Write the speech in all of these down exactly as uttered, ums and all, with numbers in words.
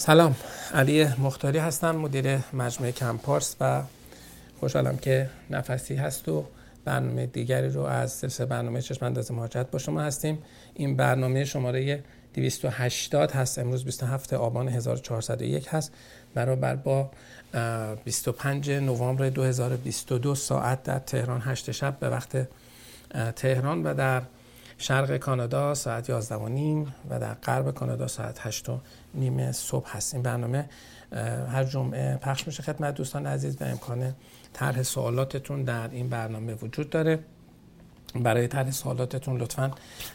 سلام، علی مختاری هستم، مدیر مجموعه کمپارس و خوشحالم که نفسی هست و برنامه دیگری رو از سلسله برنامه چشم انداز مهاجرت با شما هستیم. این برنامه شماره دویست و هشتاد هست. امروز بیست و هفتم آبان هزار و چهارصد و یک هست، برابر با بیست و پنجم نوامبر دو هزار و بیست و دو. ساعت در تهران هشت شب به وقت تهران و در شرق کانادا ساعت یازده و نیم و در غرب کانادا ساعت هشت و نیم صبح هست. این برنامه هر جمعه پخش میشه خدمت دوستان عزیز و امکان طرح سوالاتتون در این برنامه وجود داره. برای طرح سوالاتتون لطفاً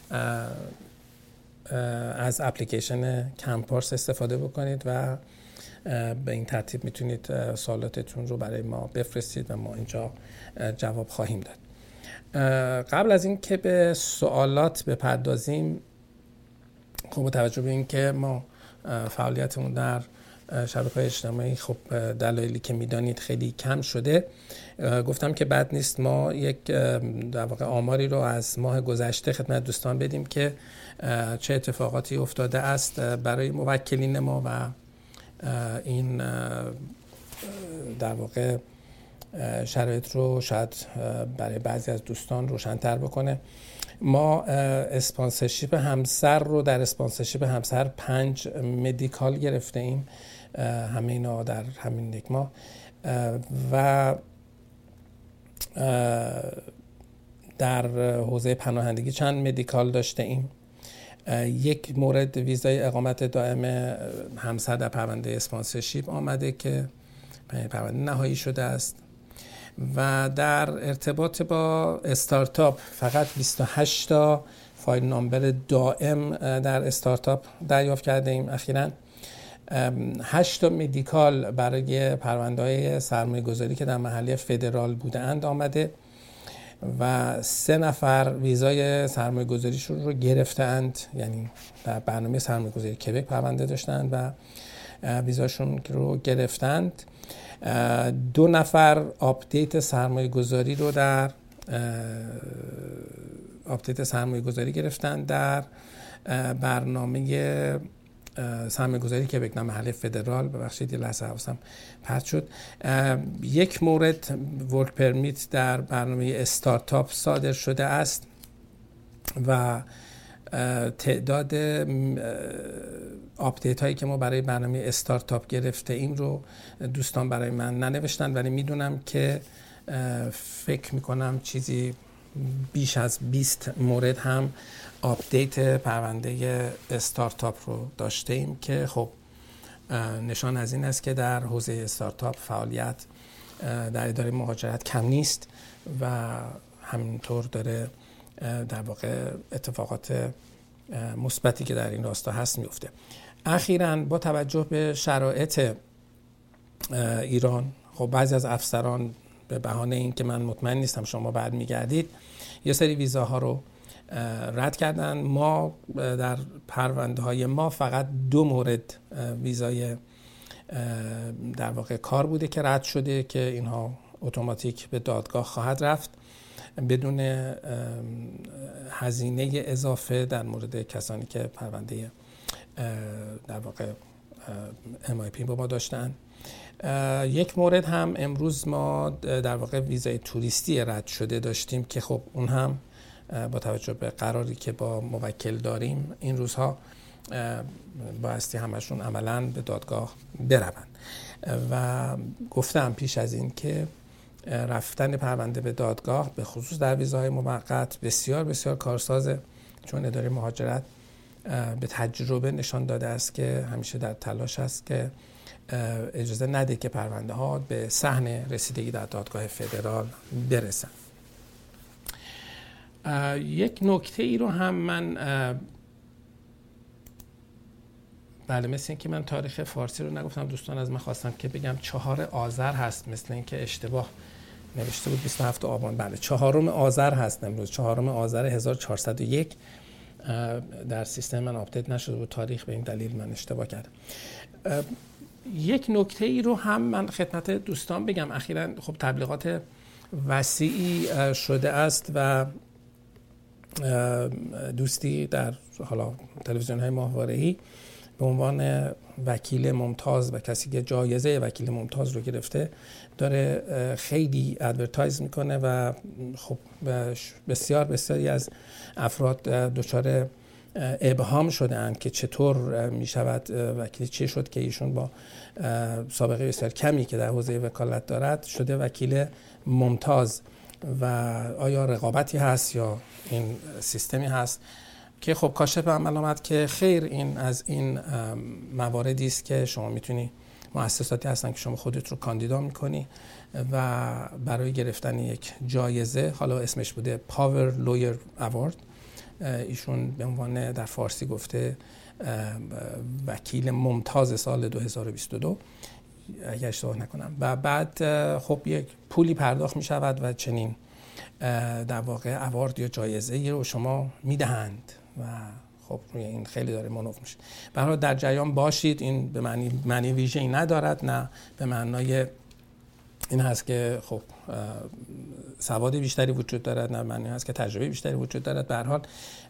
از اپلیکیشن کمپارس استفاده بکنید و به این ترتیب میتونید سوالاتتون رو برای ما بفرستید و ما اینجا جواب خواهیم داد. قبل از این که به سوالات بپردازیم، خب با توجه به این که ما فعالیتمون در شبکه‌های اجتماعی خب دلایلی که میدانید خیلی کم شده، گفتم که بد نیست ما یک در واقع آماری رو از ماه گذشته خدمت دوستان بدیم که چه اتفاقاتی افتاده است برای موکلین ما و این در واقع شرایط رو شاید برای بعضی از دوستان روشن‌تر بکنه. ما اسپانسرشیپ همسر رو در اسپانسرشیپ همسر پنج مدیکال گرفته ایم، همه اینا در همین یک ماه، و در حوزه پناهندگی چند مدیکال داشته ایم. یک مورد ویزای اقامت دائم همسر در پرونده اسپانسرشیپ آمده که پرونده نهایی شده است و در ارتباط با استارتاپ فقط بیست و هشت تا فایل نامبر دائم در استارتاپ دریافت کرده ایم اخیراً. هشت تا مدیکال برای پرونده‌های سرمایه‌گذاری که در محله فدرال بودند آمده و سه نفر ویزای سرمایه‌گذاریشون رو گرفتند، یعنی در برنامه سرمایه‌گذاری کبک پرونده داشتند و ویزاشون رو گرفتند. دو نفر آپدیت سرمایه گذاری رو در آپدیت سرمایه گذاری گرفتن در برنامه سرمایه گذاری که به محل فدرال. ببخشید یه لحظه حواسم پرت شد. یک مورد ورک پرمیت در برنامه استارتاپ صادر شده است و تعداد آپدیت هایی که ما برای برنامه استارتاپ گرفته ایم رو دوستان برای من ننوشتن، ولی میدونم که فکر میکنم چیزی بیش از بیست مورد هم آپدیت پرونده استارتاپ رو داشته ایم که خب نشان از این است که در حوزه استارتاپ فعالیت در اداره مهاجرت کم نیست و همینطور داره در واقع اتفاقات مثبتی که در این راستا هست میفته. اخیراً با توجه به شرایط ایران، خب بعضی از افسران به بهانه این که من مطمئن نیستم شما برمیگردید یه سری ویزاها رو رد کردن. ما در پرونده های ما فقط دو مورد ویزای در واقع کار بوده که رد شده که اینها اتوماتیک به دادگاه خواهد رفت بدون هزینه اضافه در مورد کسانی که پرونده در واقع ام آی پی با ما داشتن. یک مورد هم امروز ما در واقع ویزای توریستی رد شده داشتیم که خب اون هم با توجه به قراری که با موکل داریم این روزها بایستی همشون عملاً به دادگاه بروند و گفتم پیش از این که رفتن پرونده به دادگاه به خصوص در ویزاهای موقت بسیار بسیار کارسازه، چون اداره مهاجرت به تجربه نشان داده است که همیشه در تلاش است که اجازه نده که پرونده ها به صحن رسیدگی در دادگاه فدرال برسن. یک نکته ای رو هم من بله مثل این که من تاریخ فارسی رو نگفتم، دوستان از من خواستم که بگم چهار آذر هست، مثل این که اشتباه نوشته بود بیست و هفتم آبان. بله چهارم آذر هست امروز، چهارم آذر هزار و چهارصد و یک. در سیستم من آپدیت نشده بود تاریخ، به این دلیل من اشتباه کردم. یک نکته ای رو هم من خدمت دوستان بگم. اخیراً خب تبلیغات وسیعی شده است و دوستی در حالا تلویزیون های ماهواره‌ای به عنوان وکیل ممتاز و کسی که جایزه وکیل ممتاز رو گرفته داره خیلی ادورتایز میکنه و خب بسیار بسیاری از افراد دچار ابهام شدن که چطور میشود وکیل، چی شد که ایشون با سابقه بسیار کمی که در حوزه وکالت دارد شده وکیل ممتاز و آیا رقابتی هست یا این سیستمی هست که خب کاشف عمل آمد که خیر، این از این مواردی است که شما میتونی، مؤسساتی هستن که شما خودت رو کاندیدا میکنی و برای گرفتن یک جایزه، حالا اسمش بوده پاور لویر اوارد، ایشون به عنوان در فارسی گفته وکیل ممتاز سال دو هزار و بیست و دو اگر اشتباه نکنم، و بعد خب یک پولی پرداخت می شود و چنین در واقع اوارد یا جایزه رو شما میدهند و خب روی این خیلی داره منوف میشه. به هر حال در جریان باشید، این به معنی معنی ویژه‌ای ندارد، نه به معنای این هست که خب سواد بیشتری وجود دارد، نه معنی هست که تجربه بیشتری وجود دارد. به هر حال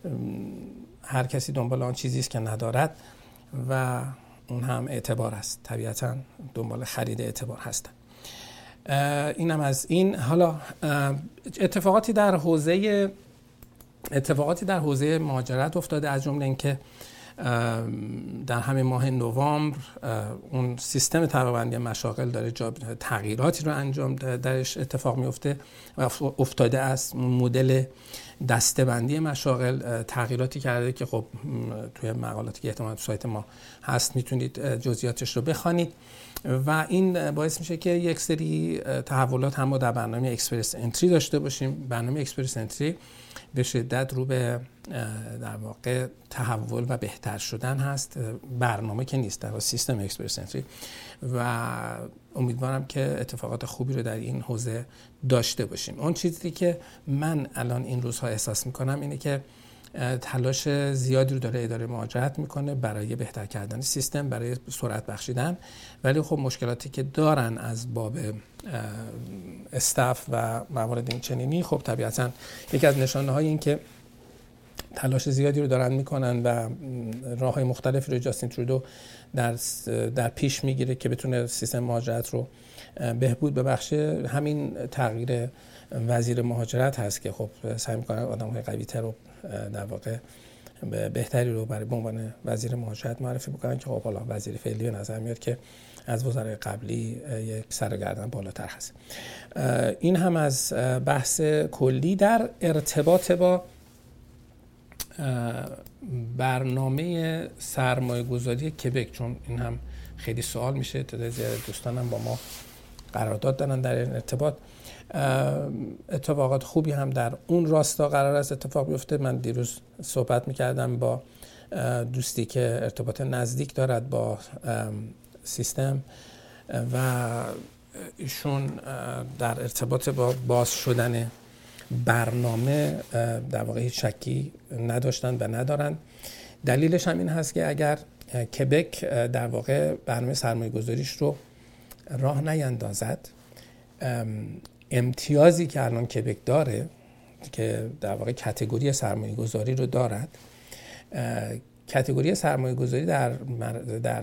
هر کسی دنبال آن چیزی است که ندارد و اون هم اعتبار است، طبیعتاً دنبال خرید اعتبار هستن. اینم از این. حالا اتفاقاتی در حوزه اتفاقاتی در حوزه مهاجرت افتاده، از جمله اینکه در همین ماه نوامبر اون سیستم طبقه‌بندی مشاغل داره تغییراتی رو انجام درش اتفاق میفته و افتاده است. مدل دسته‌بندی مشاغل تغییراتی کرده که خب توی مقالاتی که احتمالاً تو سایت ما هست میتونید جزئیاتش رو بخوانید و این باعث میشه که یک سری تحولات هم در برنامه اکسپرس انتری داشته باشیم. برنامه اکسپرس انتری به شدت رو به در واقع تحول و بهتر شدن هست، برنامه که نیست، در سیستم اکسپرس انتری، و امیدوارم که اتفاقات خوبی رو در این حوزه داشته باشیم. اون چیزی که من الان این روزها احساس میکنم اینه که تلاش زیادی رو داره اداره مهاجرت میکنه برای بهتر کردن سیستم، برای سرعت بخشیدن، ولی خب مشکلاتی که دارن از باب استاف و موارد این چنینی، خب طبیعتاً یکی از نشانه های این که تلاش زیادی رو دارن میکنن و راههای مختلفی رو جاستین ترودو در در پیش میگیره که بتونه سیستم مهاجرت رو بهبود ببخشه. همین تغییر وزیر مهاجرت هست که خب سعی میکنن آدم‌های قوی‌تر رو در واقع بهتری رو برای به عنوان وزیر مهاجرت معرفی بکنن که خب حالا وزیر فعلی به نظر میاد که از وزرای قبلی یک سر و گردن بالاتر هست. این هم از بحث کلی در ارتباط با برنامه سرمایه گذاری کبک، چون این هم خیلی سوال میشه، تعداد زیاد دوستانم با ما قرارداد دارن در این ارتباط. اتفاقات خوبی هم در اون راستا قرار است اتفاق بیفته. من دیروز صحبت میکردم با دوستی که ارتباط نزدیک دارد با سیستم و ایشون در ارتباط با باز شدن برنامه در واقع هیچ شکی نداشتن و ندارن. دلیلش هم این هست که اگر کبک در واقع برنامه سرمایه گذاریش رو راه نیندازد، امتیازی که الان کبک داره که در واقع کاتگوری سرمایه گذاری رو دارد، کاتگوری سرمایه گذاری در در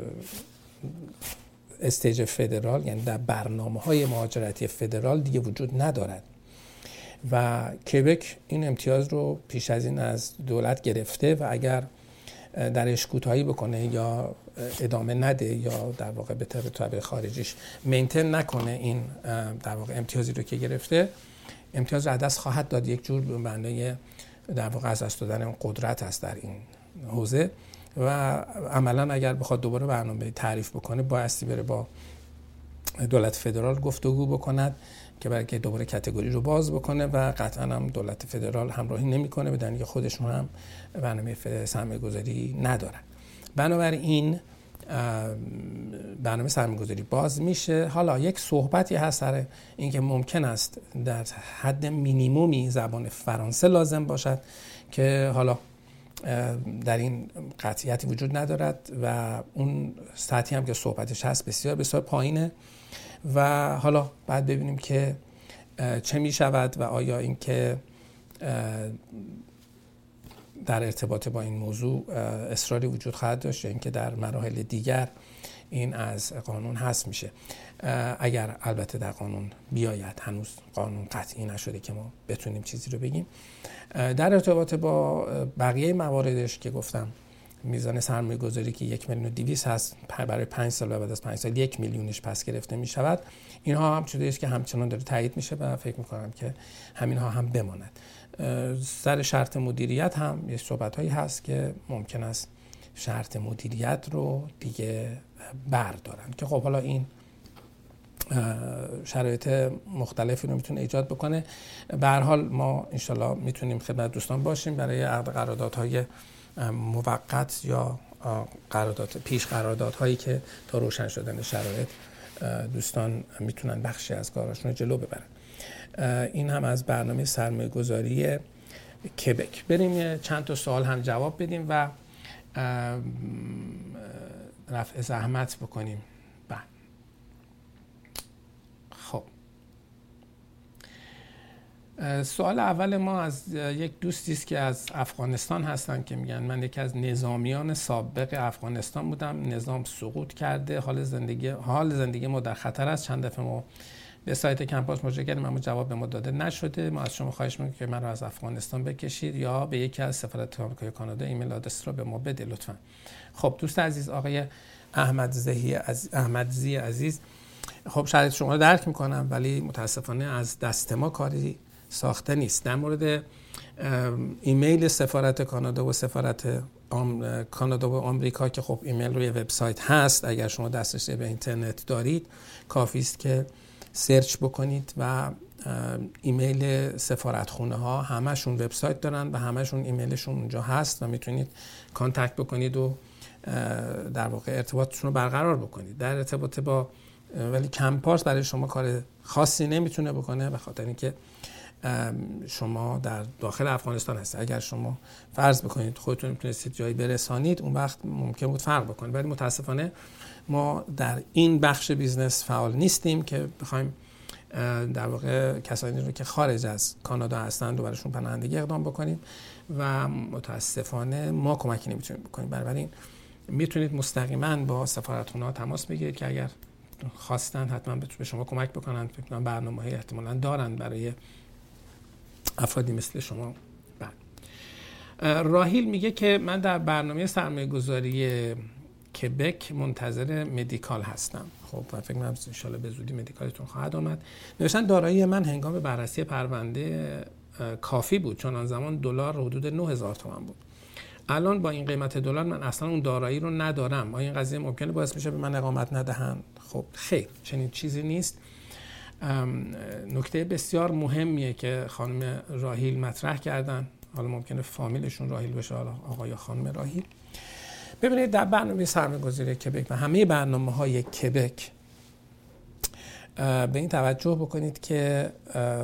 استیج فدرال، یعنی در برنامه‌های مهاجرتی فدرال دیگه وجود ندارد و کبک این امتیاز رو پیش از این از دولت گرفته و اگر درش کوتاهی بکنه یا ادامه نده یا در واقع به طبع خارجیش مینتین نکنه این در واقع امتیازی رو که گرفته، امتیاز رو از دست خواهد داد. یک جور به معنای در واقع از دست دادن اون قدرت هست در این حوزه و عملا اگر بخواد دوباره برنامه تعریف بکنه بایستی بره با دولت فدرال گفتگو بکند که برای که دوباره کاتگوری رو باز بکنه و قطعا هم دولت فدرال همراهی نمیکنه، بدون اینکه خودشون هم برنامه سرمایه گذاری ندارن. بنابراین برنامه سرمایه گذاری باز میشه. حالا یک صحبتی هست سر اینکه ممکن است در حد مینیمومی زبان فرانسه لازم باشد که حالا در این قطعیتی وجود ندارد و اون سطحی هم که صحبتش هست بسیار بسیار پایینه و حالا بعد ببینیم که چه می شود و آیا این که در ارتباط با این موضوع اصراری وجود خواهد داشت، اینکه در مراحل دیگر این از قانون حذف میشه، اگر البته در قانون بیاید. هنوز قانون قطعی نشده که ما بتونیم چیزی رو بگیم. در ارتباط با بقیه مواردش که گفتم، میزان سرمایه گذاری که یک میلیون و دویست هست برای پنج سال و بعد از پنج سال یک میلیونش پس گرفته می شود، اینها هم چیزی است که همچنان داره تایید میشه و فکر میکنم که همینها هم بماند. سر شرط مدیریت هم یه صحبت هایی هست که ممکن است شرط مدیریت رو دیگه بردارن، که خب حالا این شرایط مختلفی رو میتونه ایجاد بکنه. به هر حال ما انشالله میتونیم خدمت دوستان باشیم برای عقد قراردادهای موقت یا قرارداد پیش قراردادهایی که تا روشن شدن شرایط دوستان میتونن بخشی از کاراشون رو جلو ببرن. این هم از برنامه سرمایه گذاری کبک. بریم چند تا سوال هم جواب بدیم و رفع زحمت بکنیم. بله. خب سوال اول ما از یک دوستی است که از افغانستان هستن که میگن من یکی از نظامیان سابق افغانستان بودم، نظام سقوط کرده، حال زندگی حال زندگی ما در خطر است. چند دفعه ما به سایت کمپاس مراجعه کردیم اما جواب به ما داده نشده. ما از شما خواهش می‌کنیم که من رو از افغانستان بکشید یا به یکی از سفارت آمریکا یا کانادا ایمیل آدرس رو به ما بده لطفا. خب دوست عزیز آقای احمد زهی از احمد زی عزیز، خب شاید شما رو درک میکنم ولی متاسفانه از دست ما کاری ساخته نیست. در مورد ایمیل سفارت کانادا و سفارت آم... کانادا و آمریکا که خب ایمیل روی وبسایت هست، اگر شما دسترسی به اینترنت دارید کافی است که سرچ بکنید و ایمیل سفارتخونه ها همشون وبسایت دارن و همشون ایمیلشون اونجا هست و میتونید کانتکت بکنید و در واقع ارتباطتون رو برقرار بکنید. در ارتباط با ولی کمپارس برای شما کار خاصی نمیتونه بکنه به خاطر اینکه شما در داخل افغانستان هست. اگر شما فرض بکنید خودتون میتونستید جایی برسانید اون وقت ممکن بود فرق بکنه، ولی متاسفانه ما در این بخش بیزنس فعال نیستیم که بخوایم در واقع کسانی رو که خارج از کانادا هستند و براشون پناهندگی اقدام بکنیم و متاسفانه ما کمکی نمیتونیم بکنیم. بنابراین میتونید مستقیما با سفارتخونه‌ها تماس بگیرید که اگر خواستن حتما به شما کمک بکنن. فکر کنم برنامه‌ای احتمالاً دارن برای افرادی مثل شما. بعد راهیل میگه که من در برنامه سرمایه گذاری کبک منتظر مدیکال هستم. خب و فکر کنم ان شاءالله به زودی مدیکالتون خواهد آمد. نوشتن دارایی من هنگام بررسی پرونده کافی بود چون آن زمان دلار حدود نه هزار تومان بود. الان با این قیمت دلار من اصلا اون دارایی رو ندارم. آیا این قضیه ممکنه باعث بشه به من اقامت ندهن؟ خب خیر، چنین چیزی نیست. نکته بسیار مهمیه که خانم راهیل مطرح کردن. حالا ممکنه فامیلشون راهیل بشه، حالا آقا یا خانم راهیل. ببینید در برنامه سرمایه‌گذاری کبک و همه برنامه‌های کبک به این توجه بکنید که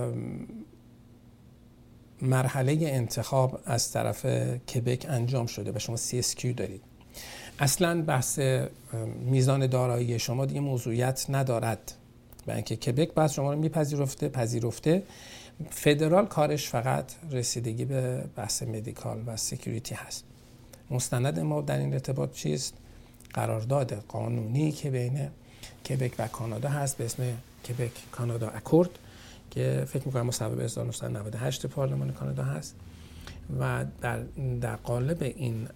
مرحله انتخاب از طرف کبک انجام شده و شما سی اس کیو دارید. اصلا بحث میزان دارایی شما دیگه موضوعیت ندارد و اینکه کبک بعد شما رو میپذیرفته پذیرفته. فدرال کارش فقط رسیدگی به بحث مدیکال و سکیوریتی هست. مستند ما در این ارتباط چیست؟ قرارداد قانونی که بین کبک و کانادا هست به اسم کبک کانادا اکورد که فکر می‌کنم مصوبه هزار و نهصد و نود و هشت پارلمان کانادا هست و در در قالب این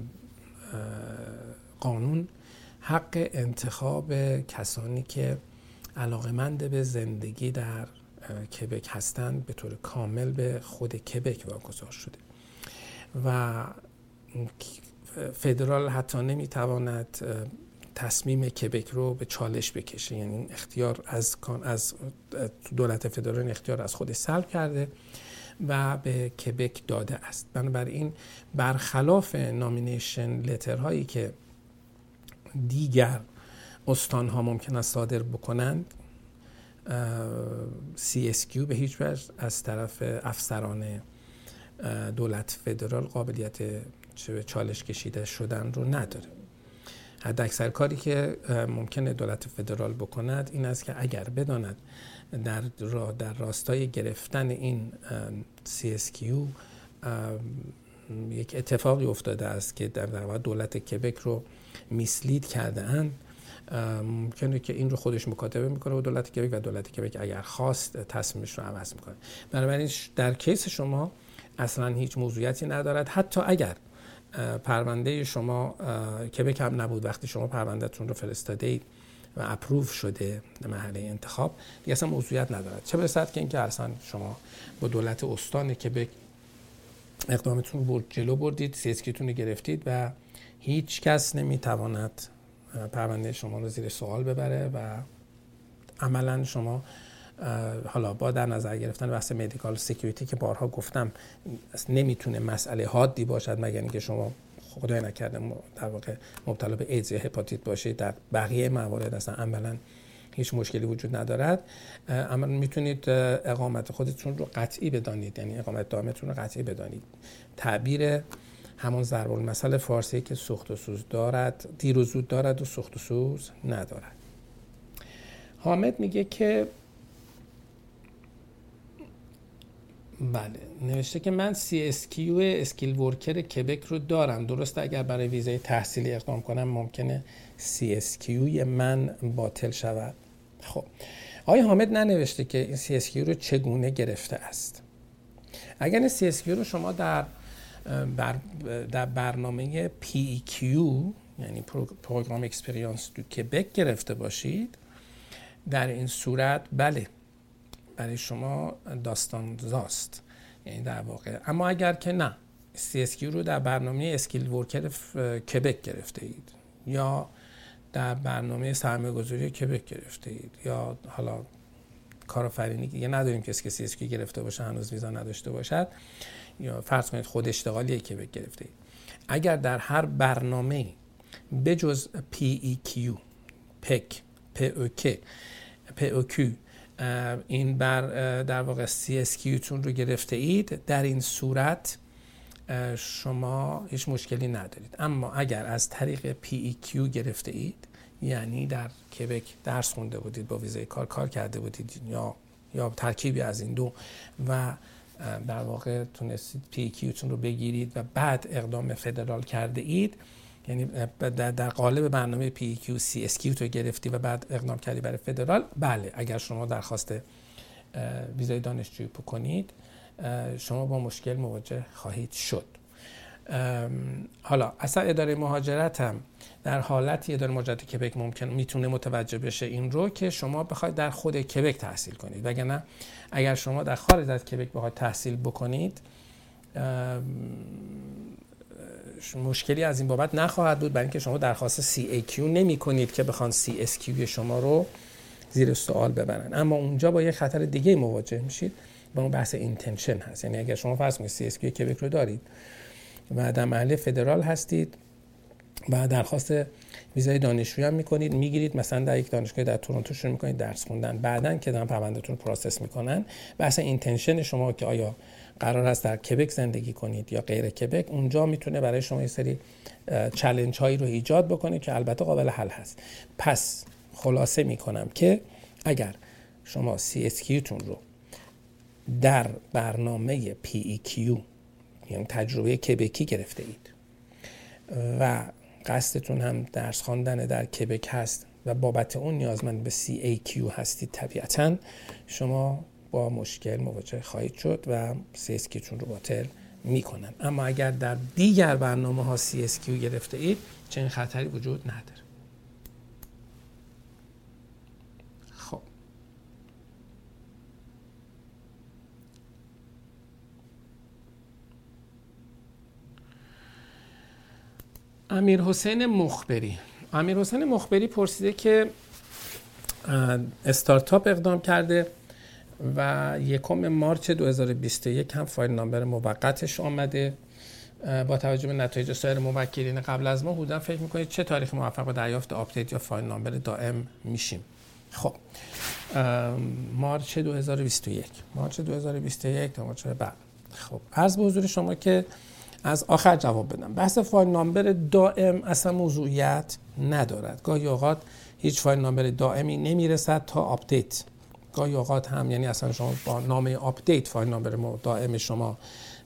قانون حق انتخاب کسانی که علاقه‌مند به زندگی در کبک هستند به طور کامل به خود کبک واگذار شده و فدرال حتی نمیتواند تصمیم کبک رو به چالش بکشه. یعنی این اختیار از از دولت فدرال اختیار از خودش سلب کرده و به کبک داده است. بنابراین برخلاف نامینیشن لتر هایی که دیگر استان ها ممکن است صادر بکنند، سی اس کیو به هیچ وجه از طرف افسران دولت فدرال قابلیت چالش کشیده شدن رو نداره. حد اکثر کاری که ممکنه دولت فدرال بکند این است که اگر بداند در را در راستای گرفتن این سی اس کیو یک اتفاقی افتاده است که در واقع دولت کبک رو میسلید کرده اند، ممکنه که این رو خودش مکاتبه میکنه با دولت کبک و دولت کبک اگر خواست تصمیمش رو عوض میکنه. بنابراین در کیس شما اصلا هیچ موضوعیتی ندارد. حتی اگر پرونده شما کبک هم نبود، وقتی شما پروندهتون رو فرستاده اید و اپروف شده محله انتخاب، دیگه اصلا موضوعیت ندارد. چه برسد که اینکه اصلا شما با دولت استان کبک اقدامتون رو جلو بردید، سی اس کیوتون رو گرفتید و هیچ کس نمیتواند پرونده شما رو زیر سوال ببره و عملا شما حالا با در نظر گرفتن بحث مدیکال سکیوریتی که بارها گفتم نمیتونه مسئله حادی باشد مگر اینکه شما خدای نکرده در واقع مبتلا به ایدز یا هپاتیت باشید. در بقیه موارد اصلا عملا هیچ مشکلی وجود ندارد. اما میتونید اقامت خودتون رو قطعی بدانید، یعنی اقامت دائمتون رو قطعی بدانید. تعبیر همون ضرب المثل فارسی که سوخت و سوز دارد، دیر و زود دارد و سوخت و سوز ندارد. حامد میگه که بله، نوشته که من سی اس کیو اسکیل ورکر کبک رو دارم، درسته اگر برای ویزای تحصیلی اقدام کنم ممکنه سی اس کیو من باطل شود. خب آقای حامد ننوشته که این سی اس کیو رو چگونه گرفته است. اگر سی اس کیو رو شما در بر در برنامه پی ای کیو یعنی پروگرام اکسپریانس تو کبک گرفته باشید، در این صورت بله برای شما داستان زاست، یعنی در واقع. اما اگر که نه، سی اس کیو رو در برنامه اسکیل ورکر کبک گرفته اید یا در برنامه سرمایه‌گذاری کبک گرفته اید یا حالا کارآفرینی که نداریم کسی که سی اس کیو گرفته باشه هنوز ویزا نداشته باشد، یا فرض کنید خود اشتغالی کبک گرفته اید، اگر در هر برنامه بجز پی ای کیو، پک، پی او کی، پی او کیو این بر در واقع سی اس کیو تون رو گرفته اید، در این صورت شما هیچ مشکلی ندارید. اما اگر از طریق پی ای کیو گرفته اید، یعنی در کبک درس خونده بودید، با ویزای کار کار کرده بودید یا یا ترکیبی از این دو و در واقع تونستید پی ای کیو تون رو بگیرید و بعد اقدام فدرال کرده اید، یعنی در قالب برنامه پی ای کیو سی اس کیو تو گرفتی و بعد اقدام کردی برای فدرال، بله اگر شما درخواست ویزای دانشجویی بکنید شما با مشکل مواجه خواهید شد. حالا اصلا اداره مهاجرت هم در حالتی اداره مهاجرت کبک ممکن میتونه متوجه بشه این رو که شما بخواید در خود کبک تحصیل کنید، وگرنه اگر شما در خارج از کبک بخواید تحصیل بکنید مشکلی از این بابت نخواهد بود، برای اینکه شما درخواست سی ای کیو نمی کنید که بخوان سی اس کیو شما رو زیر سوال ببرن. اما اونجا با یه خطر دیگه مواجه میشید، با اون بحث اینتنشن هست. یعنی اگر شما فرض کنید سی اس کیو کبک رو دارید و در محله فدرال هستید و درخواست ویزای دانشجویی هم میکنید، میگیرید مثلا در یک دانشگاه در تورنتو شروع میکنید درس خوندن، بعدن که دارن پروندهتون پروسس میکنن بحث اینتنشن شما که آیا قرار هست در کبک زندگی کنید یا غیر کبک، اونجا میتونه برای شما یه سری چالش هایی رو ایجاد بکنه که البته قابل حل هست. پس خلاصه میکنم که اگر شما سی اس کیو تون رو در برنامه پی ای کیو یعنی تجربه کبکی گرفته اید و قصدتون هم درس خواندن در کبک هست و بابت اون نیازمند به سی ای کیو هستید، طبیعتاً شما با مشکل مواجه خواهید شد و سی اس کیو تون رو باطل میکنن. اما اگر در دیگر برنامه ها سی اس کیو گرفته اید چنین خطری وجود نداره. خب امیر حسین مخبری امیر حسین مخبری پرسیده که استارتاپ اقدام کرده و یکم مارچ دو هزار و بیست و یک هم فایل نامبر موقتش آمده. با توجه به نتایج سایر موکلین قبل از ما حدودا فکر میکنید چه تاریخ موفق به دریافت آپدیت یا فایل نامبر دائم میشیم؟ خب مارچ دو هزار و بیست و یک مارچ دو هزار و بیست و یک تا مارچ بعد. خب عرض به حضور شما که از آخر جواب بدم. بحث فایل نامبر دائم اصلا موضوعیت ندارد. گاهی اوقات هیچ فایل نامبر دائمی نمیرسد تا آپدیت. گاهی اوقات هم یعنی اصلا شما با نامه آپدیت فایل نامبر دائم شما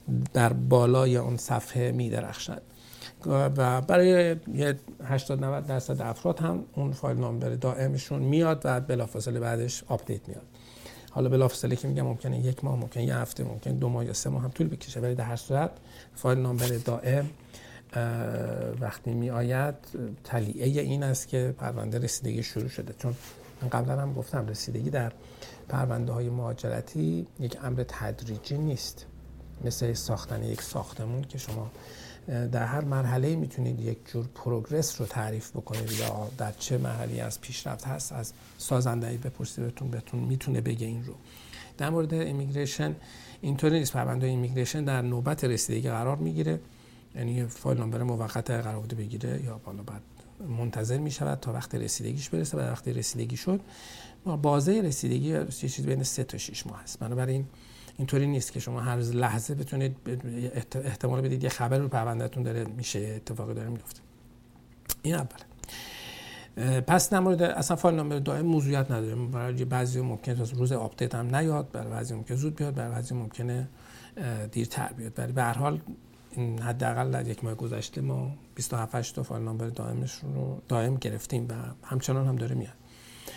در بالای اون صفحه می‌درخشد و برای یه هشتاد نود درصد افراد هم اون فایل نامبر دائمشون میاد و بلافاصله بعدش آپدیت میاد. حالا بلافاصله که میگم ممکنه یک ماه، ممکنه یه هفته، ممکنه دو ماه یا سه ماه هم طول بکشه، ولی در هر صورت فایل نامبر دائم وقتی می آید تلیعه این است که پرونده رسیدگی شروع شده. چون من قبلا هم گفتم رسیدگی در پرونده های مهاجرتی یک امر تدریجی نیست، مثل ساختن یک ساختمون که شما در هر مرحله میتونید یک جور پروگرس رو تعریف بکنید یا در چه مرحله از پیشرفت هست از سازنده بپرسید بهتون بهتون میتونه بگه این رو. در مورد ایمیگریشن اینطوری نیست. پرونده ایمیگریشن در نوبت رسیدگی قرار میگیره، یعنی فایل نامبر موقت قرار بوده بگیره یا بالا بعد منتظر میشود تا وقت رسیدگیش برسه و وقتی رسیدگی شد بازه رسیدگی یه چیزی بین سه تا شش ماه است. بنابراین اینطوری نیست که شما هر لحظه بتونید احتمال بدید یه خبر رو پروندهتون داره میشه، اتفاقی داره میفته. این اوله. پس در مورد اصلا فایل نامبر دائم موضوعیت نداره. برای بعضی ممکنه تا روز آپدیت هم نیاد، برای بعضی ممکنه زود بیاد، برای بعضی ممکنه دیرتر بیاد. ولی به هر حال حداقل در یک ماه گذشته ما بیست و هفت تا فایل نامبر دائمش رو دائم گرفتیم و همچنان هم داره میاد.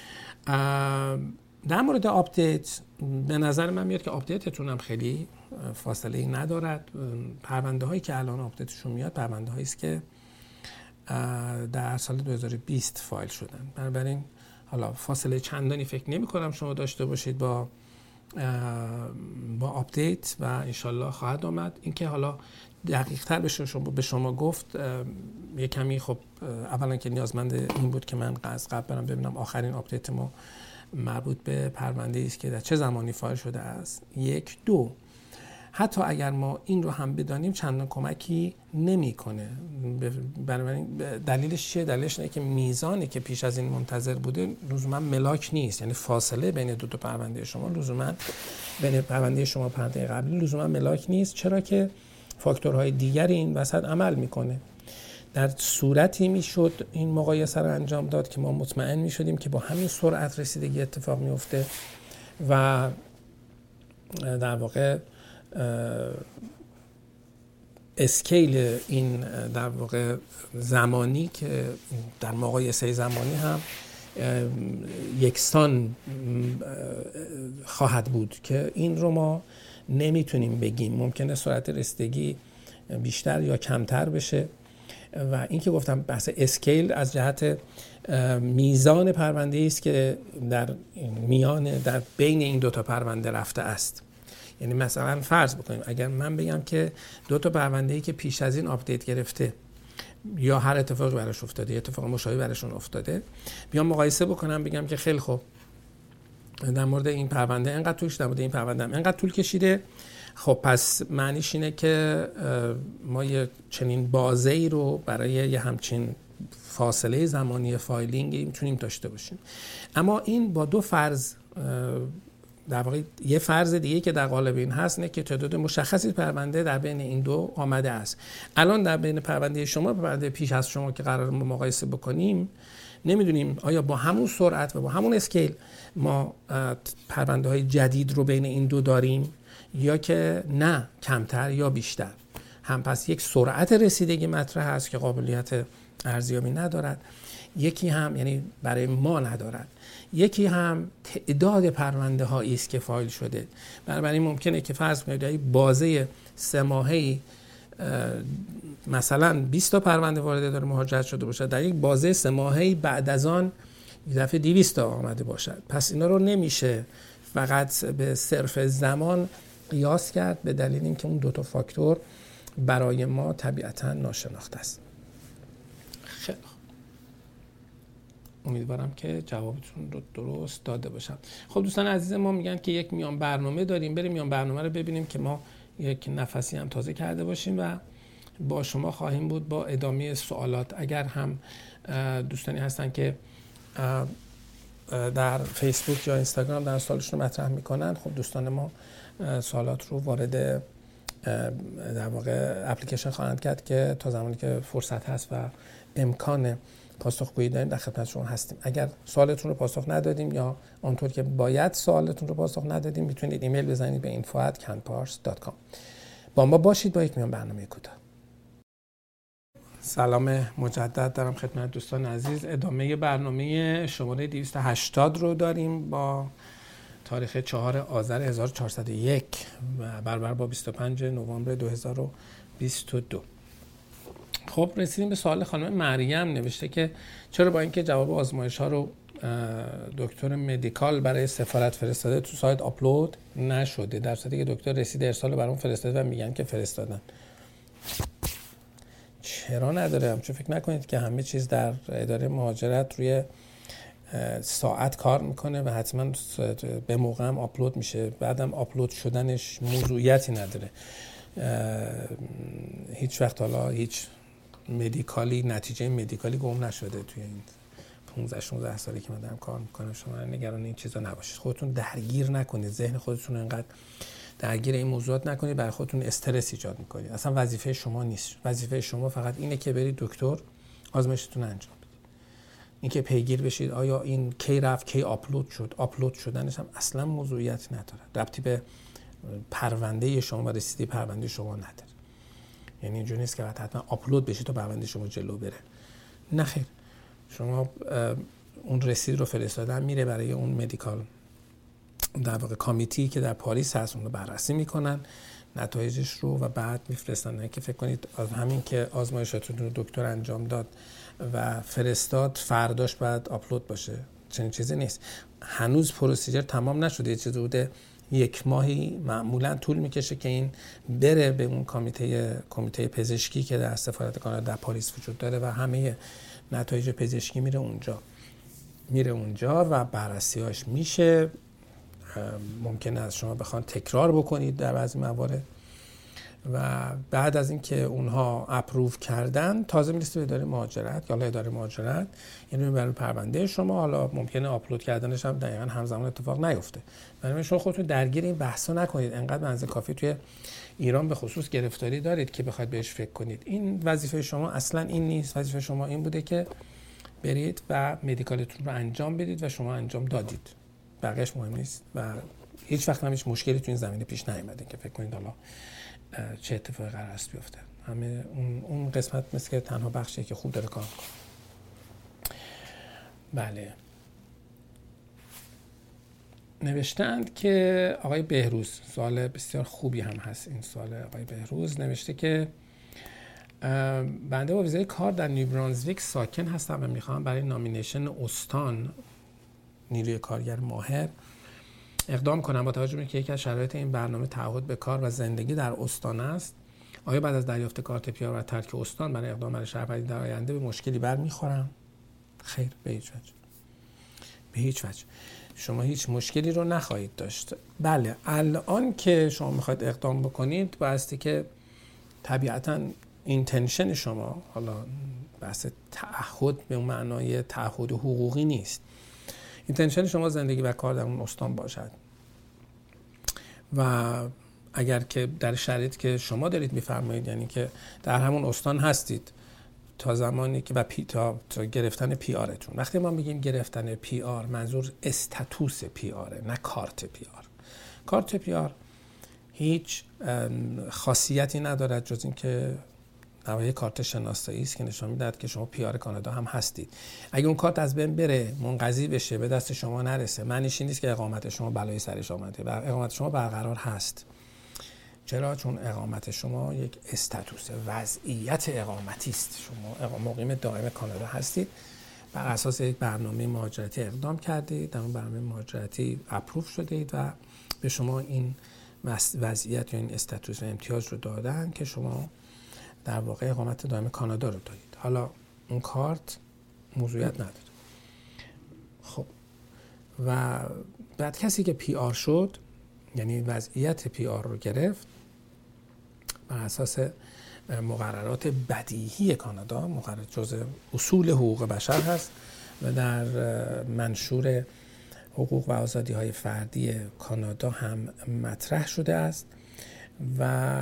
در مورد آپدیت به نظر من میاد که آپدیتتون هم خیلی فاصله ندارد. پرونده هایی که الان آپدیتشون میاد پرونده هایی است که در سال دو هزار و بیست فایل شدن. بنابراین حالا فاصله چندانی فکر نمی کنم شما داشته باشید با با آپدیت و انشالله خواهد آمد. اینکه حالا دقیق تر به شما به شما گفت یه کمی خب اولا که نیازمند این بود که من از قبل برم ببینم آخرین آپدیت ما مربوط به پرونده است که در چه زمانی فایل شده است. یک دو حتی اگر ما این رو هم بدانیم چندان کمکی نمیکنه. بنابراین دلیلش چیه؟ دلیلش اینه که میزانی که پیش از این منتظر بوده لزوما ملاک نیست، یعنی فاصله بین دو تا پرونده شما لزوما بین پرونده شما و پرونده قبلی لزوما ملاک نیست، چرا که فاکتورهای دیگری این وسط عمل میکنه. در صورتی میشد این مقایسه رو انجام داد که ما مطمئن میشدیم که با همین سرعت رسیدگی اتفاق میفته و در واقع اسکیل این در واقع زمانی که در مقایسه زمانی هم یکسان خواهد بود که این رو ما نمیتونیم بگیم. ممکنه سرعت رسیدگی بیشتر یا کمتر بشه و این که گفتم بحث اسکیل از جهت میزان پرونده است که در میان در بین این دو تا پرونده رفته است. یعنی مثلا فرض بکنیم اگر من بگم که دو تا پرونده‌ای که پیش از این آپدیت گرفته یا هر اتفاقی براش افتاده یا اتفاق مشابهی براشون افتاده، بیام مقایسه بکنم بگم که خیلی خوب در مورد این پرونده اینقدر طول کشیده، در مورد این پرونده هم اینقدر طول کشیده، خب پس معنیش اینه که ما یه چنین بازه‌ای رو برای یه همچین فاصله زمانی فایلینگی میتونیم داشته باشیم. اما این با دو فرض، در واقع یه فرض دیگه که در قالب این هست نه که تعداد مشخصی پرونده در بین این دو آمده است. الان در بین پرونده شما و پرونده پیش از شما که قرار مقایسه بکنیم نمیدونیم آیا با همون سرعت و با همون اسکیل ما پرونده های جدید رو بین این دو داریم یا که نه کمتر یا بیشتر. هم پس یک سرعت رسیدگی مطرح هست که قابلیت ارزیابی ندارد، یکی هم یعنی برای ما ندارد، یکی هم تعداد پرونده هایی است که فایل شده. بنابراین ممکنه که فرض کنید بازه سه ماهه‌ای مثلا بیست تا پرونده وارد داره مهاجرت شده باشد، در یک بازه سه ماهه‌ای بعد از آن یه دفعه دویست تا آمده باشد. پس اینا رو نمیشه فقط به صرف زمان قیاس کرد، به دلیل اینکه اون دو تا فاکتور برای ما طبیعتاً ناشناخته است. خیلی امیدوارم که جوابتون رو درست داده باشم. خب دوستان عزیز ما میگن که یک میان برنامه داریم، بریم میان برنامه رو ببینیم که ما یک نفسی هم تازه کرده باشیم و با شما خواهیم بود با ادامه سوالات. اگر هم دوستانی هستن که در فیسبوک یا اینستاگرام در سوالشون رو مطرح میکنن، خب دوستان ما سوالات رو وارد در واقع اپلیکیشن خواهند کرد که تا زمانی که فرصت هست و امکان پاسخگویی داریم در خدمت شما هستیم. اگر سوالتون رو پاسخ ندادیم یا اونطور که باید سوالتون رو پاسخ ندادیم، میتونید ایمیل بزنید به info at canpars dot com. با ما باشید با یک میان برنامه کوتاه. سلام مجدد دارم خدمت دوستان عزیز. ادامه برنامه شماره دویست و هشتاد رو داریم با تاریخ چهار آذر هزار و چهارصد و یک و برابر با بیست و پنجم نوامبر دو هزار و بیست و دو. خب رسیدیم به سوال خانم مریم. نوشته که چرا با اینکه جواب آزمایش ها رو دکتر مدیکال برای سفارت فرستاده تو سایت آپلود نشده، در صورتی که دکتر رسید ارسال برام فرستاده و میگن که فرستادن. چرا نداره؟ همچون فکر نکنید که همه چیز در اداره مهاجرت روی ساعت کار میکنه و حتما به موقع هم آپلود میشه. بعدم آپلود شدنش موضوعیتی نداره. هیچ وقت حالا هیچ مدیکالی نتیجه مدیکالی گم نشده توی این پانزده شانزده سالی که من دارم کار میکنم. شما نگران این چیزا نباشید، خودتون درگیر نکنید، ذهن خودتون رو اینقدر درگیر این موضوعات نکنید، برای خودتون استرس ایجاد میکنید. اصلا وظیفه شما نیست. وظیفه شما فقط اینه که برید دکتر آزمایشتون انجام بدید. اینکه پیگیر بشید آیا این کی رفت کی آپلود شد، آپلود شدنش هم اصلا موضوعیت نداره، ربطی به پرونده شما و رسیدگی پرونده شما نداره. یعنی اینجوری نیست که حتما آپلود بشه تا پرونده شما جلو بره. نه خیر، شما اون رسید رو فرستادن میره برای اون مدیکال در واقع کامیتی که در پاریس هست، اون رو بررسی میکنن نتایجش رو و بعد میفرستن. که فکر کنید از همین که آزمایشاتون رو دکتر انجام داد و فرستاد فرداش بعد آپلود باشه، چنین چیزی نیست. هنوز پروسیجر تمام نشده. یه چیزی بوده یک ماهی معمولا طول میکشه که این بره به اون کمیته کمیته پزشکی که در سفارت کانادا در پاریس وجود داره و همه نتایج پزشکی میره اونجا میره اونجا و بررسی‌هاش میشه. ممکنه از شما بخوان تکرار بکنید در بعضی موارد و بعد از اینکه اونها اپروو کردن تازه میرسه به اداره مهاجرت یا اداره مهاجرت یعنی برای پرونده شما. حالا ممکنه آپلود کردنش هم دقیقاً همزمان اتفاق نیفته. برای شما خودتون درگیر این بحثا نکنید. انقدر منزل کافی توی ایران به خصوص گرفتاری دارید که بخواید بهش فکر کنید. این وظیفه شما اصلا این نیست. وظیفه شما این بوده که برید و مدیکالتون رو انجام بدید و شما انجام دادید. بقیه‌اش مهم نیست و هیچ وقت هم هیچ مشکلی تو این زمینه پیش نیومده که فکر کنید حالا چه اتفاقی قرار است بیفته. همه اون اون قسمت مثل که تنها بخشیه که خوب داره کار میکنه. بله. نوشتند که آقای بهروز، سوال بسیار خوبی هم هست این سوال آقای بهروز، نوشته که بنده با ویزای کار در نیو برانزویک ساکن هستم و میخوام برای نامینیشن استان نیروی کارگر ماهر اقدام کنم. با توجه به اینکه یکی از شرایط این برنامه تعهد به کار و زندگی در استان است، آیا بعد از دریافت کارت پی آر و ترک استان برای اقدام برای شهروندی در آینده به مشکلی برمیخورم؟ خیر، به هیچ وجه. به هیچ وجه. شما هیچ مشکلی رو نخواهید داشت. بله، الان که شما میخواید اقدام بکنید بایستی که طبیعتاً اینتنشن شما، حالا بحث تعهد به اون معنای تعهد حقوقی نیست، اینتنشن شما زندگی و کار در اون استان باشد و اگر که در شرایطی که شما دارید میفرمایید، یعنی که در همون استان هستید تا زمانی که و پی تا, تا گرفتن پی آرتون. وقتی ما میگیم گرفتن پی آر منظور استاتوس پی آره، نه کارت پی آر. کارت پی آر هیچ خاصیتی ندارد جز این که نوعی کارت شناسایی است که نشان میدهد که شما پی آر کانادا هم هستید. اگه اون کارت از بین بره، منقضی بشه، به دست شما نرسه، معنیش این نیست که اقامت شما بلای سرش آمده. اقامت شما برقرار هست. چرا؟ چون اقامت شما یک استاتوس، وضعیت اقامتی است. شما مقیم دائم کانادا هستید. بر اساس یک برنامه مهاجرتی اقدام کردید، در اون برنامه مهاجرتی اپروو شدید و به شما این وضعیت یا این استاتوس و امتیاز رو دادن که شما در واقع اقامت دائم کانادا رو دارید. حالا اون کارت موضوعیت نداره. خب و بعد کسی که پی آر شد، یعنی وضعیت پی آر رو گرفت، بر اساس مقررات بدیهی کانادا، مقرر جزء اصول حقوق بشر هست و در منشور حقوق و آزادی‌های فردی کانادا هم مطرح شده است و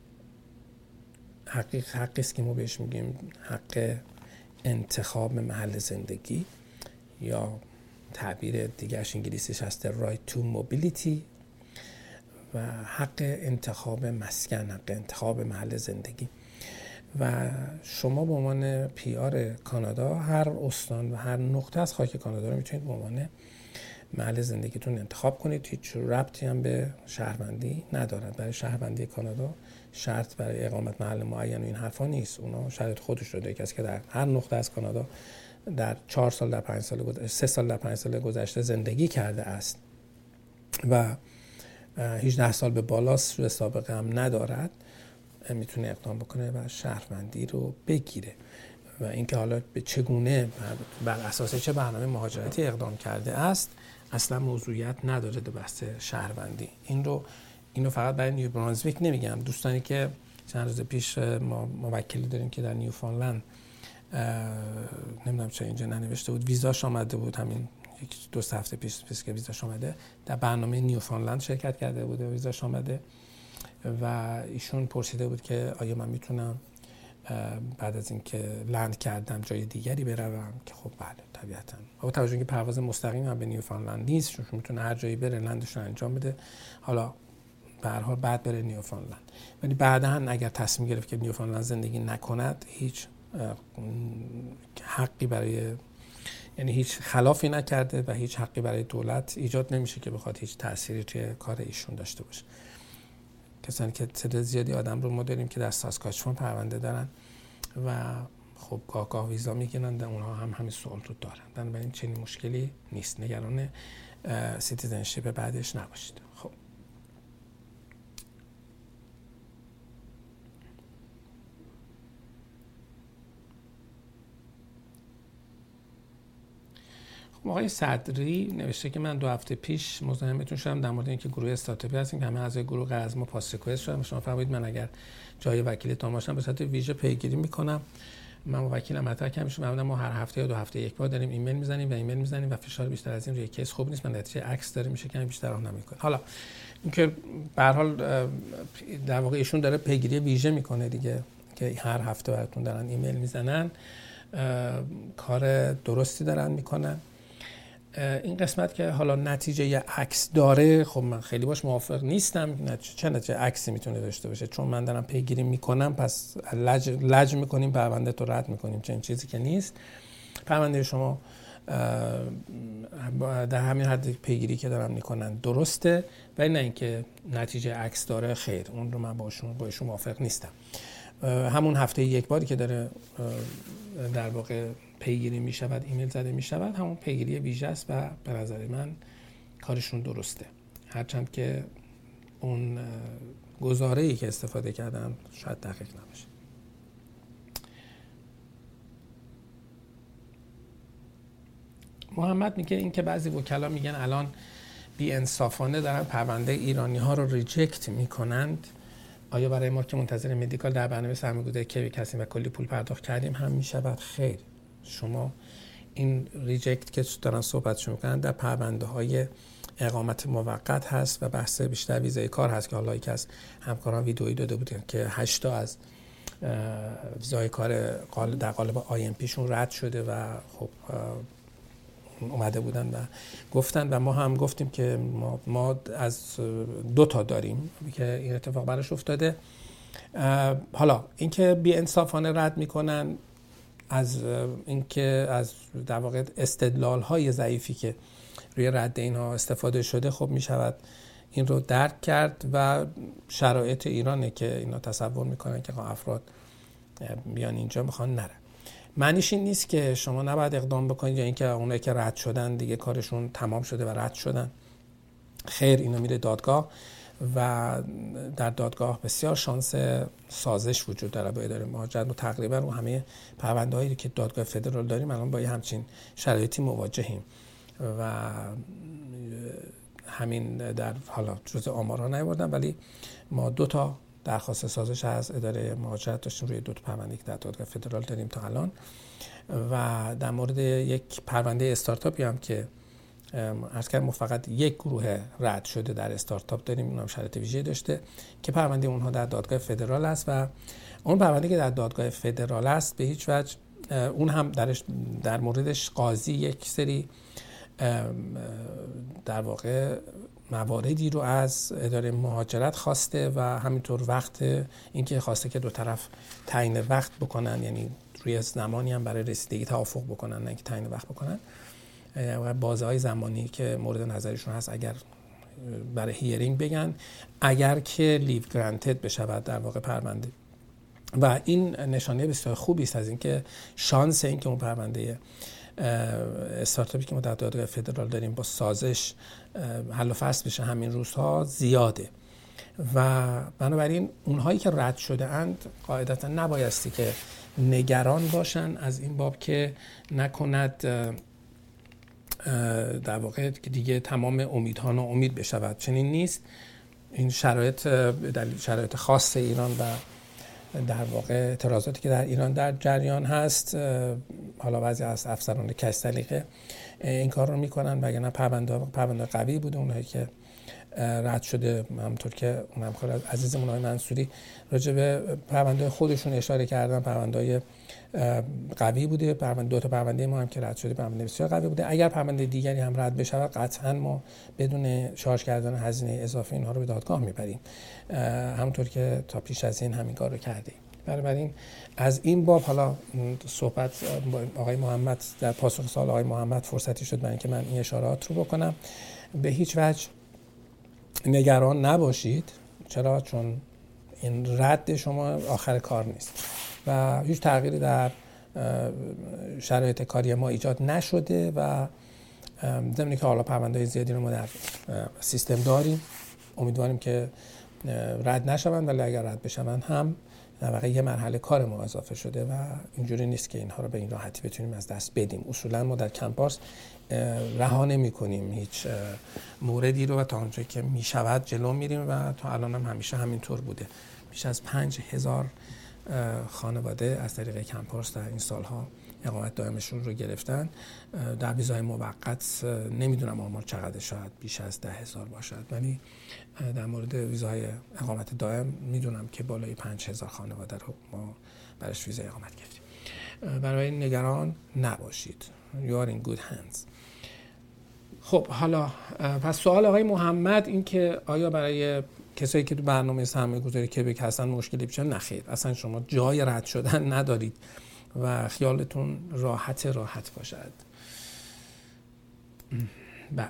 حقیق حقی است که ما بهش میگیم حق انتخاب محل زندگی یا تعبیر دیگرش انگلیسیش هست right to mobility و حق انتخاب مسکن، حق انتخاب محل زندگی. و شما به عنوان پی آر کانادا هر استان و هر نقطه از خاک کانادا رو میتونید به عنوان محل زندگیتون انتخاب کنید. هیچ ربطی هم به شهروندی ندارد. برای شهروندی کانادا شرط برای اقامت محل معین و این حرفا نیست. اونا شرط خودش رو داره. کسی که در هر نقطه از کانادا در چهار سال در پنج سال گذشته، سه سال در پنج سال گذشته زندگی کرده است و هجده سال به بالاست رو سابقه هم ندارد، میتونه اقدام بکنه و شهروندی رو بگیره. و اینکه حالا به چگونه بر اساس چه برنامه مهاجرتی اقدام کرده است اصلا موضوعیت نداره در بحث شهروندی. این رو اینو فقط برای نیو برانزویک نمیگم. دوستانی که چند روز پیش ما موکلی داریم که در نیوفاندلند، نمیدونم چرا اینجا ننوشته بود، ویزاش آمده بود، همین یک دو هفته پیش پیش که ویزاش آمده، در برنامه نیوفاندلند شرکت کرده بود و ویزاش آمده و ایشون پرسیده بود که آیا من میتونم بعد از اینکه لند کردم جای دیگری بروم، که خب بله طبیعتاً. با توجه که پرواز مستقیم هم به نیوفاندلند نیست، چون میتونه هر جایی بره لندش رو انجام بده، حالا به هر حال بعد بره نیوفاندلند. ولی بعداً اگر تصمیم گرفت که نیوفاندلند زندگی نکند، هیچ حقی برای، یعنی هیچ خلافی نکرده و هیچ حقی برای دولت ایجاد نمیشه که بخواد هیچ تأثیری توی کار ایشون داشته باشه. کسانی که تعداد زیادی آدم رو ما داریم که در ساسکاچوان پرونده دارن و خب گاه گاه ویزا میگیرن، در اونها هم همین سوال رو دارن. بنابراین چنین مشکلی نیست. نگران سیتیزنشیپ بعدش نباشید. خب آقای صدری نوشته که من دو هفته پیش مزاحمتون شدم در مورد اینکه گروه استارتاپی هستیم که همه اعضای گروه قرار از ما پاس ریکوست شدن. شما فرمودید من اگر جای وکیلتون باشم به صورت ویژه پیگیری میکنم. من وکیلم مطرح کردم، معمولا ما هر هفته یا دو هفته یک بار داریم ایمیل میزنیم و ایمیل میزنیم و فشار بیشتر از این روی کیس خوب نیست. من نتیجه عکس داره میشه کمی بیشتر راهنمایی کنه. حالا اینکه به هر حال در واقع ایشون داره پیگیری ویژه میکنه دیگه، که هر هفته براتون دارن ایمیل میزنن، کار درستی دارن میکنن. این قسمت که حالا نتیجه یه عکس داره، خب من خیلی باش موافق نیستم. چه نتیجه عکسی میتونه داشته باشه؟ چون من دارم پیگیری میکنم پس لج, لج میکنیم، پرونده تو رد میکنیم، چنین چیزی که نیست. پرونده شما در همین حد پیگیری که دارم میکنن درسته، ولی نه اینکه نتیجه عکس داره خیر، اون رو من باشون با ایشون موافق نیستم. همون هفته یک باری که داره در واقع پیگیری می شود، ایمیل زده می شود، همون پیگیری ویژه است و به نظر من کارشون درسته، هرچند که اون گزاره‌ای که استفاده کردن شاید دقیق نباشه. محمد میگه این که بعضی وکلا میگن الان بی انصافانه دارن پرونده ایرانی ها رو ریجکت میکنند، آیا برای ما که منتظر مدیکال در برنامه سرمایه‌گذاری که کسی و کلی پول پرداخت کردیم هم میشود؟ خیر، شما این ریجکت که دارن صحبتش میکنن در پرونده های اقامت موقت هست و بحث بیشتر ویزای کار هست که حالا یکی از همکاران ویدئویی داده بودن که هشت تا از ویزای کار در قالب آی ام پی شون رد شده و خب اومده بودن و گفتن و ما هم گفتیم که ما, ما از دو تا داریم که این اتفاق براش افتاده. حالا اینکه بی انصافانه رد میکنن، از اینکه از در واقع استدلال های ضعیفی که روی رد اینها استفاده شده، خب میشود این رو درک کرد و شرایط ایرانه که اینا تصور میکنن که افراد بیان اینجا میخوان نرن. معنیش این نیست که شما نباید اقدام بکنید یا اینکه اونایی که رد شدن دیگه کارشون تمام شده و رد شدن. خیر، اینا میره دادگاه و در دادگاه بسیار شانس سازش وجود داره با اداره مهاجرت و تقریبا رو همه پرونده‌هایی که دادگاه فدرال داریم الان با همچین شرایطی مواجهیم و همین در حالا جزء آمارها نیاوردم، ولی ما دو تا درخواست سازش از اداره مهاجرت داشتیم روی دو تا پرونده که در دادگاه فدرال داریم تا الان. و در مورد یک پرونده استارتاپی هم که عرض کردم فقط یک گروه رد شده در استارتاپ داریم، اونم شرایط ویژه‌ای داشته که پرونده اونها در دادگاه فدرال است و اون پرونده که در دادگاه فدرال است به هیچ وجه اون هم درش در موردش قاضی یک سری در واقع مواردی رو از اداره مهاجرت خواسته و همینطور وقت اینکه خواسته که دو طرف تعیین وقت بکنن، یعنی روی زمانی هم برای رسیدگی توافق بکنن، نه اینکه تعیین وقت بکنن. بازه‌های زمانی که مورد نظرشون هست اگر برای هیرینگ بگن، اگر که لیو گرانتد بشود در واقع پرونده. و این نشانه بسیار خوبی است از اینکه شانس اینکه اون پرونده استارتاپی که ما در دادگاه فدرال داریم با سازش حل و فصل بشه همین روزها زیاده و بنابراین اونهایی که رد شده اند قاعدتا نبایستی که نگران باشن از این باب که نکند در واقع دیگه تمام امیدها ناامید بشود. چنین نیست. این شرایط دلیل شرایط خاص ایران و در واقع اعتراضاتی که در ایران در جریان هست، حالا بعضی از افسران کج سلیقه این کار رو میکنن، وگرنه پرونده پرونده قوی بوده. اونایی که رد شده همونطور که اون همکار عزیزمون آقای منصوری راجع به پرونده خودشون اشاره کردن، پرونده قوی بوده. پرونده دو تا پرونده ما هم که رد شده پرونده بسیار قوی بوده. اگر پرونده دیگری هم رد بشه قطعا ما بدون شارژ کردن هزینه اضافه اینها رو به دادگاه میبریم، همونطور که تا پیش از این همین کار رو کردیم. بنابراین از این باب حالا صحبت با آقای محمد در پاسخ سوال آقای محمد فرصتی شد برای اینکه من این اشارات رو بکنم. به هیچ وجه نگران نباشید. چرا؟ چون این رد شما آخر کار نیست و هیچ تغییری در شرایط کاری ما ایجاد نشده و ضمن که حالا پرونده‌های زیادی رو ما در سیستم داریم، امیدواریم که رد نشوند، ولی اگر رد بشن هم در واقع یه مرحله کار ما اضافه شده و اینجوری نیست که اینها رو به این راحتی بتونیم از دست بدیم. اصولا ما در کمپارس رها نمی‌کنیم هیچ موردی رو و تا اونجایی که میشود جلو میریم و تا الان هم همیشه همینطور بوده. بیش از پنج هزار خانواده از طریق کمپارس در این سالها اقامت دائمشون رو گرفتن. در ویزای موقت نمیدونم آمار چقدر، شاید بیش از ده هزار باشد، ولی در مورد ویزای اقامت دائم میدونم که بالای پنج هزار خانواده رو ما برش ویزای اقامت گرفتیم. برای نگران نباشید. You are in good hands. خب حالا پس سوال آقای محمد این که آیا برای کسایی که تو برنامه سرمایه گذاری کبک هستن مشکلی پیش میاد؟ نخیر، اصلا شما جای رد شدن ندارید و خیالتون راحت راحت باشد. بله.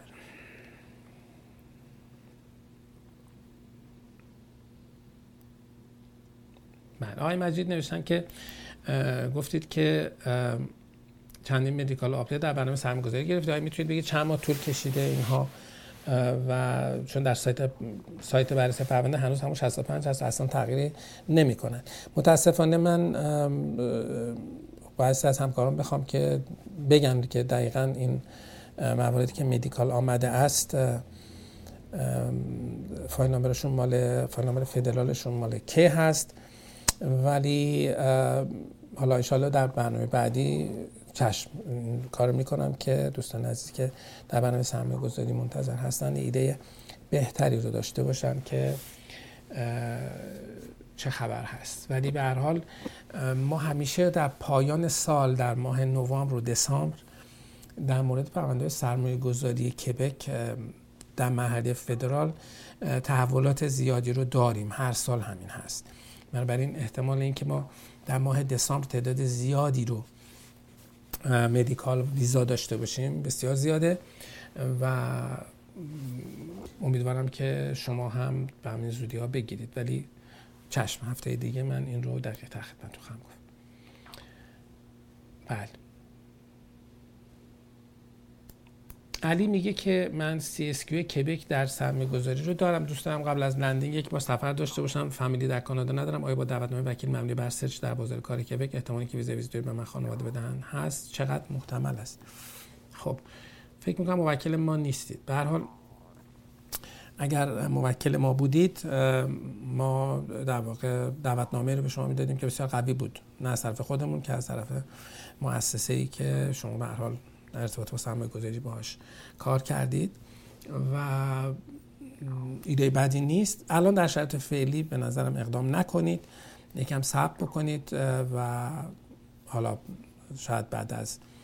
بله. آقای مجید نوشتن که گفتید که چندین مدیکال آپدیت در برنامه سرمایه‌گذاری گرفتید. آیا میتونید بگید چند ماه طول کشیده اینها؟ و چون در سایت سایت بررسی پرونده هنوز همون شصت و پنج هست، اصلا تغییری نمی‌کنن. متاسفانه من باید از همکاران بخوام که بگم که دقیقاً این مواردی که مدیکال آمده است فایل نامبرشون مال فایل نامبر فدرالشون مال کی هست، ولی حالا ان شاءالله در برنامه بعدی چشم کار میکنم که دوستان عزیزی که در برنامه سرمایه گذاری منتظر هستن ایده بهتری رو داشته باشن که چه خبر هست. ولی به هر حال ما همیشه در پایان سال در ماه نوامبر و دسامبر در مورد پرونده سرمایه گذاری کبک در مرحله فدرال تحولات زیادی رو داریم. هر سال همین هست. بنابراین احتمال این که ما در ماه دسامبر تعداد زیادی رو مدیکال ویزا داشته باشیم بسیار زیاده و امیدوارم که شما هم به همین زودی ها بگیرید. ولی چشم هفته دیگه من این رو دقیق تر خدمتتون خواهم گفت. بله. علی میگه که من سی اس کیو کبک در سرمایه گذاری رو دارم. دوست دارم قبل از لندن یک بار سفر داشته باشم. فامیلی در کانادا ندارم. آیا با دعوتنامه وکیل مبنی بر سرچ در بازار کار کبک احتمالی که ویزا ویزیتوری به من خانواده بدن هست؟ چقدر محتمل است؟ خب فکر میکنم موکل ما نیستید. به هر حال اگر موکل ما بودید ما در واقع دعوتنامه رو به شما میدادیم که بسیار قوی بود، نه از طرف خودمون که از طرف مؤسسه‌ای که شما به هر حال در ارتباط با سرمایه گذاری باهاش کار کردید و ایده بدی نیست. الان در شرایط فعلی به نظرم اقدام نکنید، یکم صبر بکنید و حالا شاید بعد از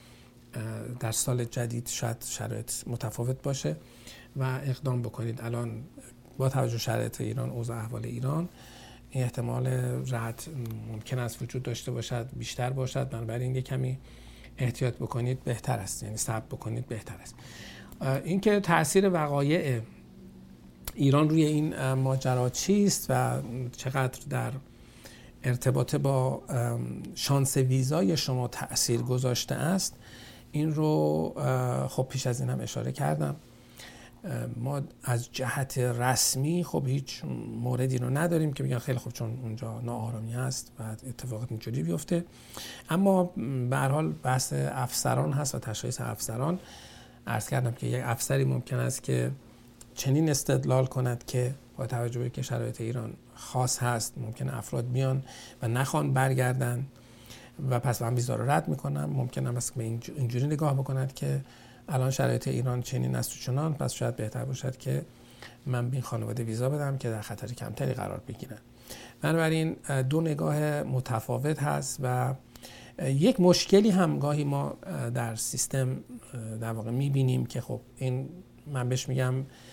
در سال جدید شاید شرایط متفاوت باشه و اقدام بکنید. الان با توجه شرایط ایران، اوضاع احوال ایران، این احتمال رد ممکن است وجود داشته باشد، بیشتر باشد، بنابراین یک کمی احتیاط بکنید بهتر است، یعنی صبر بکنید بهتر است. این که تأثیر وقایع ایران روی این ماجرا چیست و چقدر در ارتباط با شانس ویزای شما تأثیر گذاشته است، این رو خب پیش از این هم اشاره کردم. ما از جهت رسمی خب هیچ موردی رو نداریم که بگن خیلی خوب چون اونجا ناآرامی هست و اتفاقات اینجوری بیفته، اما به هر حال بحث افسران هست و تشخیص افسران. عرض کردم که یک افسری ممکن است که چنین استدلال کند که با توجه به که شرایط ایران خاص هست ممکن افراد بیان و نخوان برگردن و پس من ویزا رو رد میکنم. ممکن است به اینجوری نگاه بکند که الان شرایط ایران چنین است و چنان، پس شاید بهتر باشد که من به این خانواده ویزا بدم که در خطر کمتری قرار بگیرن. بنابراین دو نگاه متفاوت هست و یک مشکلی هم گاهی ما در سیستم در واقع میبینیم که خب این من بهش میگم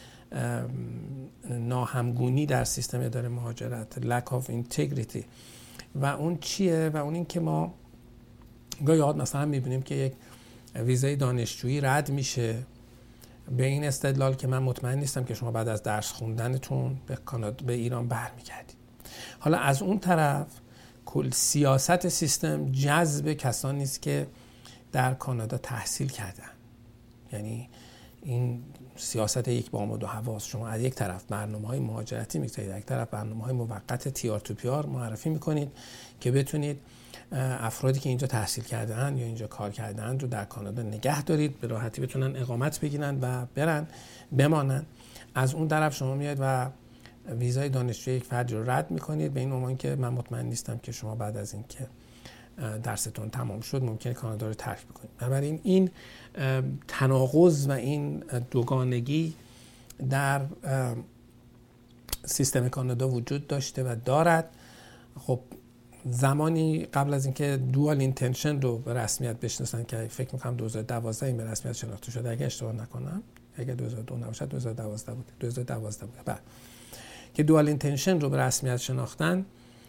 ناهمگونی در سیستم اداره مهاجرت، lack of integrity. و اون چیه؟ و اون این که ما گاهی اوقات مثلا میبینیم که یک ویزای دانشجویی رد میشه به این استدلال که من مطمئن نیستم که شما بعد از درس خوندنتون به کانادا به ایران برمیگردید. حالا از اون طرف کل سیاست سیستم جذب کسانی است که در کانادا تحصیل کردن، یعنی این سیاست یک بام و دو هواست. شما از یک طرف برنامه‌های مهاجرتی می‌گذارید، از یک طرف برنامه‌های موقت تی آر تو پی آر معرفی می‌کنید که بتونید افرادی که اینجا تحصیل کردن یا اینجا کار کردن رو در کانادا نگه دارید، به راحتی بتونن اقامت بگیرن و برن بمانن. از اون طرف شما میاد و ویزای دانشجوی یک فردی رو رد می‌کنید به این عنوان که من مطمئن نیستم که شما بعد از اینکه درستون تمام شد ممکنه کانادا رو ترک بکنید. بنابراین این تناقض و این دوگانگی در سیستم کانادا وجود داشته و دارد. خب زمانی قبل از اینکه دوال اینتنشن رو به رسمیت بشناسن که فکر می‌کنم دو هزار و دوازده این به رسمیت شناخته شده، اگه اشتباه نکنم، اگه دو هزار و دو نباشه دو هزار و دوازده بود، دو هزار و دوازده بود. بعد که دوال اینتنشن رو به رسمیت شناختن،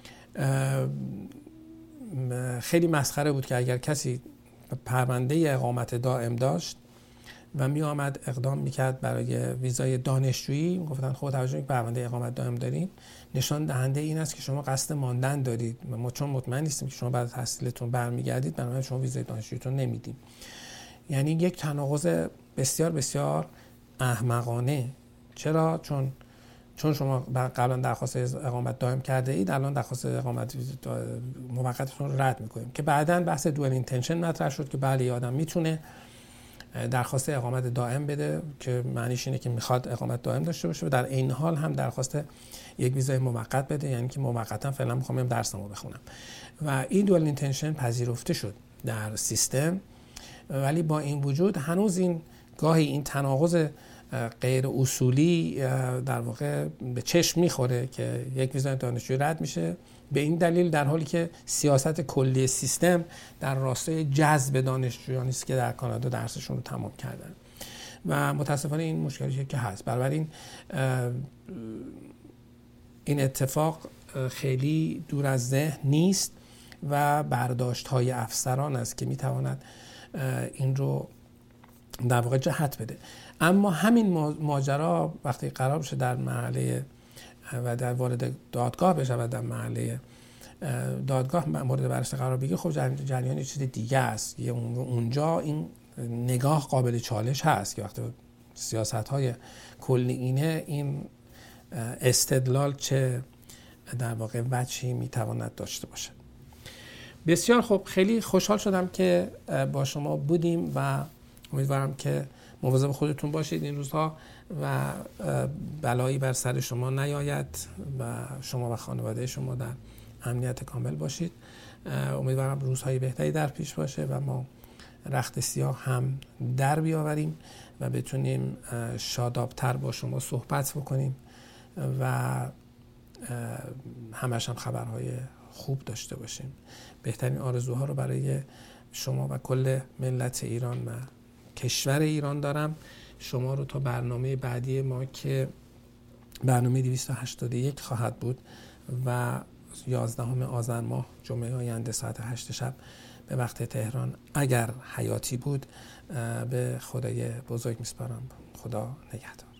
خیلی مسخره بود که اگر کسی پرونده اقامت دائم داشت و می آمد اقدام میکرد برای ویزای دانشجویی، گفتن خود توجه که پرونده اقامت دائم دارید نشان دهنده این است که شما قصد ماندن دارید و ما چون مطمئن نیستیم که شما بعد از تحصیلتون برمیگردید بنابراین شما ویزای دانشجوییتون نمیدیم. یعنی یک تناقض بسیار بسیار احمقانه. چرا؟ چون چون شما قبلا درخواست اقامت دائم کرده اید، الان درخواست اقامت موقتتون رو رد میکنیم. که بعداً بحث دوال اینتنشن مطرح شد که بله آدم میتونه درخواست اقامت دائم بده که معنیش اینه که میخواد اقامت دائم داشته باشه و در این حال هم درخواست یک ویزای موقت بده، یعنی که موقتا فعلا میخوام درسمو بخونم. و این دوال اینتنشن پذیرفته شد در سیستم، ولی با این وجود هنوز این گاهی این تناقض غیر اصولی در واقع به چشم میخوره که یک ویزای دانشجویی رد میشه به این دلیل، در حالی که سیاست کلی سیستم در راستای جذب دانشجویانی است که در کانادا درسشون رو تمام کردن و متاسفانه این مشکلی که هست. بنابراین این اتفاق خیلی دور از ذهن نیست و برداشت‌های افسران است که میتواند این رو در واقع جهت بده. اما همین ماجرا وقتی قرار بشه در مرحله و در وارد دادگاه بشه و در مرحله دادگاه مورد بررسی قرار بگیره، خب جریان چیز دیگه است. اونجا این نگاه قابل چالش هست که وقتی سیاست‌های کلی اینه، این استدلال چه در واقع وجهی میتواند داشته باشه. بسیار خوب، خیلی خوشحال شدم که با شما بودیم و امیدوارم که مواظب خودتون باشید این روزها و بلایی بر سر شما نیاید و شما و خانواده شما در امنیت کامل باشید. امیدوارم روزهای بهتری در پیش باشه و ما رخت سیاه هم در بیاوریم و بتونیم شادابتر با شما صحبت بکنیم و همش هم خبرهای خوب داشته باشیم. بهترین آرزوها رو برای شما و کل ملت ایران و کشور ایران دارم. شما رو تا برنامه بعدی ما که برنامه دویست و هشتاد و یک خواهد بود و یازدهم آذر ماه جمعه آینده ساعت هشت شب به وقت تهران اگر حیاتی بود به خدای بزرگ میسپارم. خدا نگهدار.